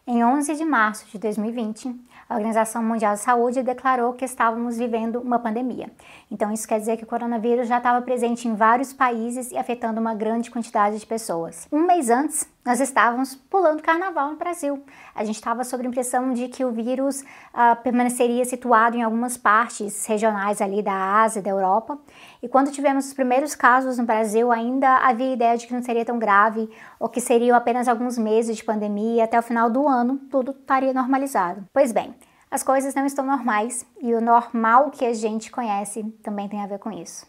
Em 11 de março de 2020, a Organização Mundial de Saúde declarou que estávamos vivendo uma pandemia. Então isso quer dizer que o coronavírus já estava presente em vários países e afetando uma grande quantidade de pessoas. Um mês antes, nós estávamos pulando carnaval no Brasil. A gente estava sob a impressão de que o vírus permaneceria situado em algumas partes regionais ali da Ásia e da Europa. E quando tivemos os primeiros casos no Brasil, ainda havia a ideia de que não seria tão grave ou que seriam apenas alguns meses de pandemia e até o final do ano tudo estaria normalizado. Pois bem, as coisas não estão normais e o normal que a gente conhece também tem a ver com isso.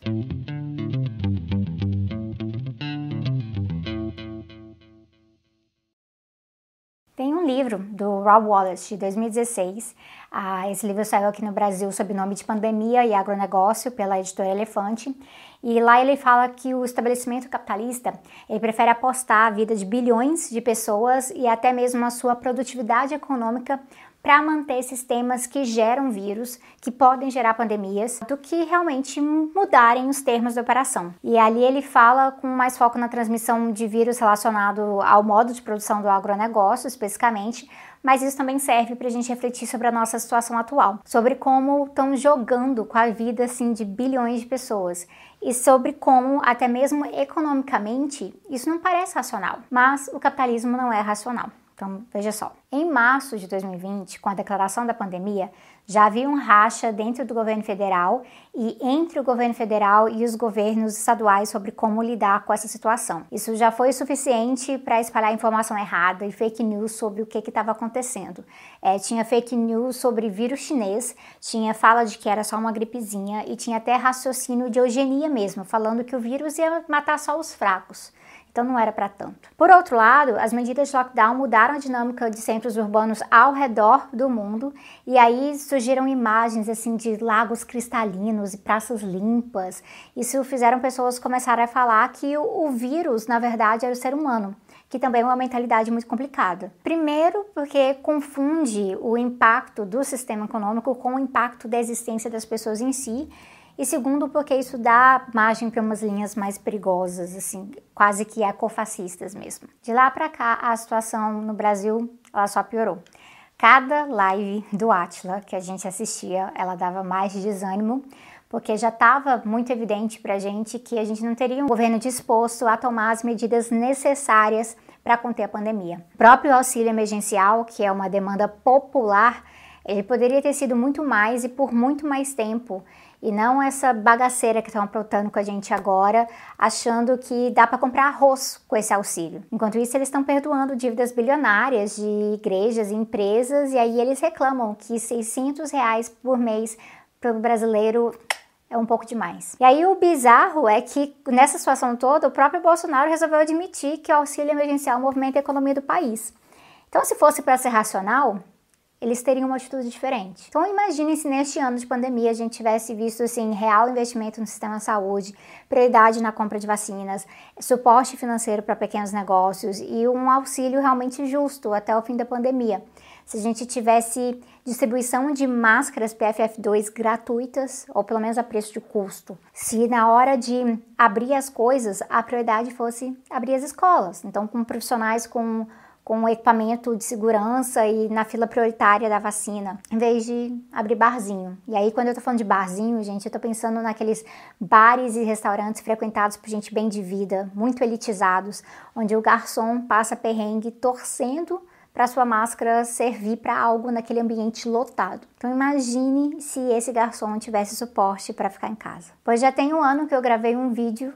Tem um livro do Rob Wallace, de 2016. Esse livro saiu aqui no Brasil sob o nome de Pandemia e Agronegócio, pela editora Elefante. E lá ele fala que o estabelecimento capitalista, ele prefere apostar a vida de bilhões de pessoas e até mesmo a sua produtividade econômica para manter sistemas que geram vírus, que podem gerar pandemias, do que realmente mudarem os termos da operação. E ali ele fala com mais foco na transmissão de vírus relacionado ao modo de produção do agronegócio, especificamente, mas isso também serve para a gente refletir sobre a nossa situação atual, sobre como estão jogando com a vida assim, de bilhões de pessoas e sobre como, até mesmo economicamente, isso não parece racional, mas o capitalismo não é racional. Então, veja só, em março de 2020, com a declaração da pandemia, já havia um racha dentro do governo federal e entre o governo federal e os governos estaduais sobre como lidar com essa situação. Isso já foi suficiente para espalhar informação errada e fake news sobre o que estava acontecendo. Tinha fake news sobre vírus chinês, tinha fala de que era só uma gripezinha e tinha até raciocínio de eugenia mesmo, falando que o vírus ia matar só os fracos. Então não era para tanto. Por outro lado, as medidas de lockdown mudaram a dinâmica de centros urbanos ao redor do mundo e aí surgiram imagens assim de lagos cristalinos e praças limpas. Isso fizeram pessoas começarem a falar que o vírus, na verdade, era o ser humano, que também é uma mentalidade muito complicada. Primeiro, porque confunde o impacto do sistema econômico com o impacto da existência das pessoas em si. E segundo, porque isso dá margem para umas linhas mais perigosas, assim, quase que ecofascistas mesmo. De lá para cá, a situação no Brasil, ela só piorou. Cada live do Átila que a gente assistia, ela dava mais desânimo, porque já estava muito evidente para a gente que a gente não teria um governo disposto a tomar as medidas necessárias para conter a pandemia. O próprio auxílio emergencial, que é uma demanda popular, ele poderia ter sido muito mais e por muito mais tempo, e não essa bagaceira que estão aprontando com a gente agora, achando que dá para comprar arroz com esse auxílio. Enquanto isso, eles estão perdoando dívidas bilionárias de igrejas e empresas, e aí eles reclamam que R$600 por mês para o brasileiro é um pouco demais. E aí o bizarro é que nessa situação toda, o próprio Bolsonaro resolveu admitir que o auxílio emergencial movimenta a economia do país. Então, se fosse para ser racional, eles teriam uma atitude diferente. Então imagine se neste ano de pandemia a gente tivesse visto assim, real investimento no sistema de saúde, prioridade na compra de vacinas, suporte financeiro para pequenos negócios e um auxílio realmente justo até o fim da pandemia. Se a gente tivesse distribuição de máscaras PFF2 gratuitas, ou pelo menos a preço de custo. Se na hora de abrir as coisas, a prioridade fosse abrir as escolas. Então com profissionais com equipamento de segurança e na fila prioritária da vacina, em vez de abrir barzinho. E aí, quando eu tô falando de barzinho, gente, eu tô pensando naqueles bares e restaurantes frequentados por gente bem de vida, muito elitizados, onde o garçom passa perrengue torcendo para sua máscara servir para algo naquele ambiente lotado. Então imagine se esse garçom tivesse suporte para ficar em casa. Pois já tem um ano que eu gravei um vídeo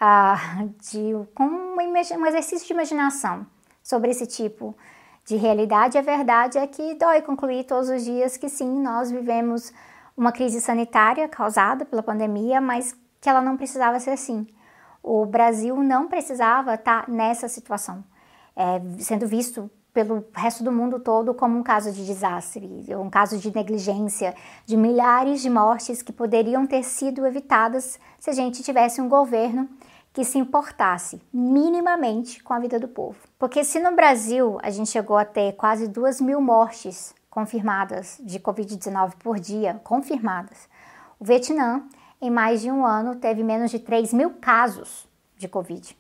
com um exercício de imaginação sobre esse tipo de realidade. A verdade é que dói concluir todos os dias que sim, nós vivemos uma crise sanitária causada pela pandemia, mas que ela não precisava ser assim. O Brasil não precisava estar nessa situação, sendo visto pelo resto do mundo todo como um caso de desastre, um caso de negligência, de milhares de mortes que poderiam ter sido evitadas se a gente tivesse um governo que se importasse minimamente com a vida do povo. Porque se no Brasil a gente chegou a ter quase 2.000 mortes confirmadas de Covid-19 por dia, confirmadas, o Vietnã, em mais de um ano, teve menos de 3.000 casos de Covid. Então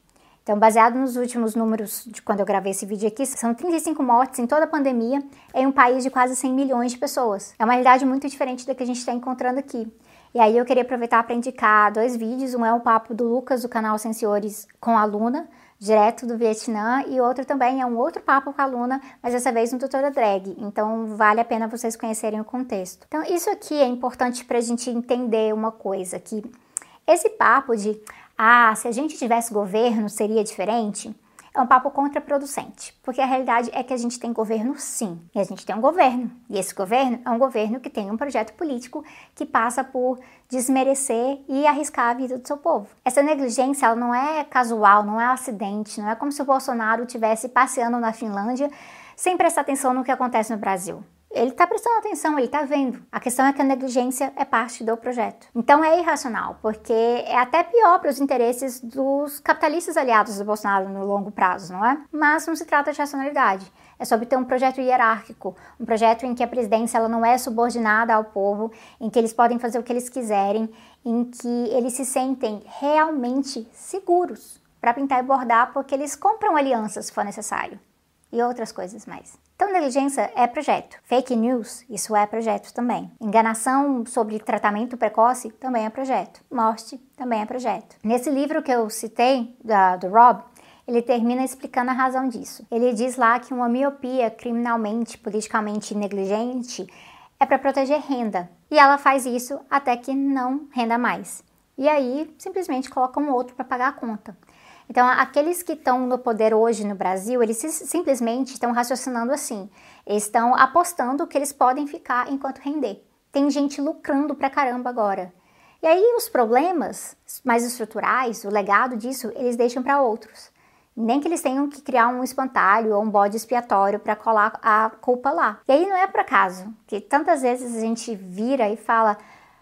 Então, baseado nos últimos números de quando eu gravei esse vídeo aqui, são 35 mortes em toda a pandemia em um país de quase 100 milhões de pessoas. É uma realidade muito diferente da que a gente está encontrando aqui. E aí eu queria aproveitar para indicar 2 vídeos. Um é um papo do Lucas, do canal Sensiores, com a Luna, direto do Vietnã, e outro também é um outro papo com a Luna, mas dessa vez um tutora drag, então vale a pena vocês conhecerem o contexto. Então isso aqui é importante para a gente entender uma coisa, que esse papo de, se a gente tivesse governo seria diferente, é um papo contraproducente, porque a realidade é que a gente tem governo sim, e a gente tem um governo, e esse governo é um governo que tem um projeto político que passa por desmerecer e arriscar a vida do seu povo. Essa negligência, ela não é casual, não é um acidente, não é como se o Bolsonaro estivesse passeando na Finlândia sem prestar atenção no que acontece no Brasil. Ele está prestando atenção, ele está vendo. A questão é que a negligência é parte do projeto. Então é irracional, porque é até pior para os interesses dos capitalistas aliados do Bolsonaro no longo prazo, não é? Mas não se trata de racionalidade. É sobre ter um projeto hierárquico, um projeto em que a presidência ela não é subordinada ao povo, em que eles podem fazer o que eles quiserem, em que eles se sentem realmente seguros para pintar e bordar, porque eles compram alianças se for necessário. E outras coisas mais. Então, negligência é projeto. Fake news, isso é projeto também. Enganação sobre tratamento precoce, também é projeto. Morte, também é projeto. Nesse livro que eu citei, do Rob, ele termina explicando a razão disso. Ele diz lá que uma miopia criminalmente, politicamente negligente é para proteger renda. E ela faz isso até que não renda mais. E aí, simplesmente coloca um outro para pagar a conta. Então, aqueles que estão no poder hoje no Brasil, eles simplesmente estão raciocinando assim. Eles estão apostando que eles podem ficar enquanto render. Tem gente lucrando pra caramba agora. E aí, os problemas mais estruturais, o legado disso, eles deixam para outros. Nem que eles tenham que criar um espantalho ou um bode expiatório para colar a culpa lá. E aí, não é por acaso que tantas vezes a gente vira e fala,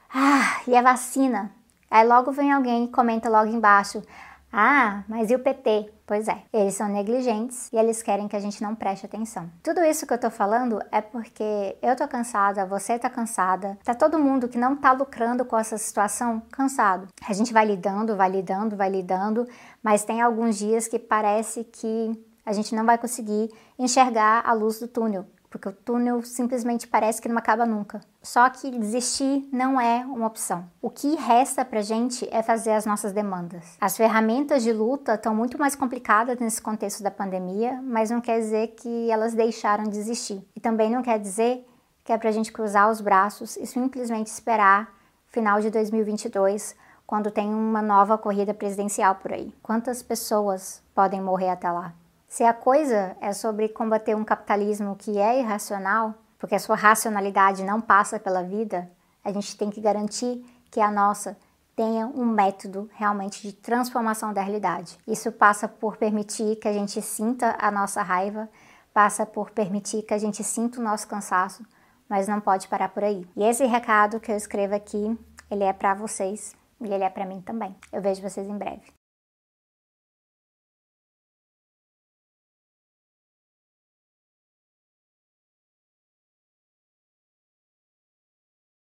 e a vacina? Aí logo vem alguém e comenta logo embaixo, mas e o PT? Pois é, eles são negligentes e eles querem que a gente não preste atenção. Tudo isso que eu tô falando é porque eu tô cansada, você tá cansada, tá todo mundo que não tá lucrando com essa situação cansado. A gente vai lidando, mas tem alguns dias que parece que a gente não vai conseguir enxergar a luz do túnel. Porque o túnel simplesmente parece que não acaba nunca. Só que desistir não é uma opção. O que resta pra gente é fazer as nossas demandas. As ferramentas de luta estão muito mais complicadas nesse contexto da pandemia, mas não quer dizer que elas deixaram de existir. E também não quer dizer que é pra gente cruzar os braços e simplesmente esperar final de 2022, quando tem uma nova corrida presidencial por aí. Quantas pessoas podem morrer até lá? Se a coisa é sobre combater um capitalismo que é irracional, porque a sua racionalidade não passa pela vida, a gente tem que garantir que a nossa tenha um método realmente de transformação da realidade. Isso passa por permitir que a gente sinta a nossa raiva, passa por permitir que a gente sinta o nosso cansaço, mas não pode parar por aí. E esse recado que eu escrevo aqui, ele é para vocês e ele é para mim também. Eu vejo vocês em breve.